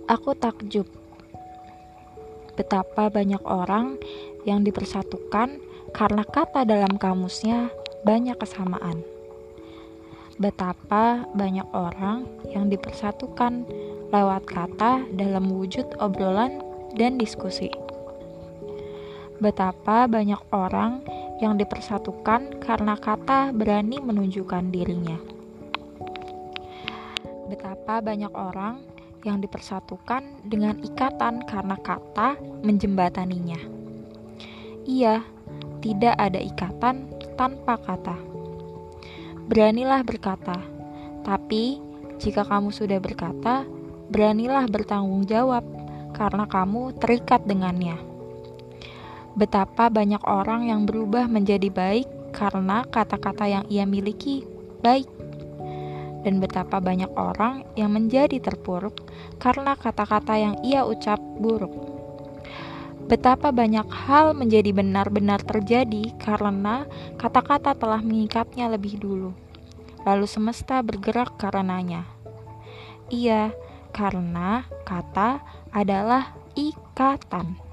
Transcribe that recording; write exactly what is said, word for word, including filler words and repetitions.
Aku takjub betapa banyak orang yang dipersatukan karena kata dalam kamusnya banyak kesamaan. Betapa banyak orang yang dipersatukan lewat kata dalam wujud obrolan dan diskusi. Betapa banyak orang yang dipersatukan karena kata berani menunjukkan dirinya. Betapa banyak orang yang dipersatukan dengan ikatan karena kata menjembataninya. Iya, tidak ada ikatan tanpa kata. Beranilah berkata, tapi jika kamu sudah berkata, beranilah bertanggung jawab karena kamu terikat dengannya. Betapa banyak orang yang berubah menjadi baik karena kata-kata yang ia miliki baik. Dan betapa banyak orang yang menjadi terpuruk karena kata-kata yang ia ucap buruk. Betapa banyak hal menjadi benar-benar terjadi karena kata-kata telah mengikatnya lebih dulu. Lalu semesta bergerak karenanya. Iya, karena kata adalah ikatan.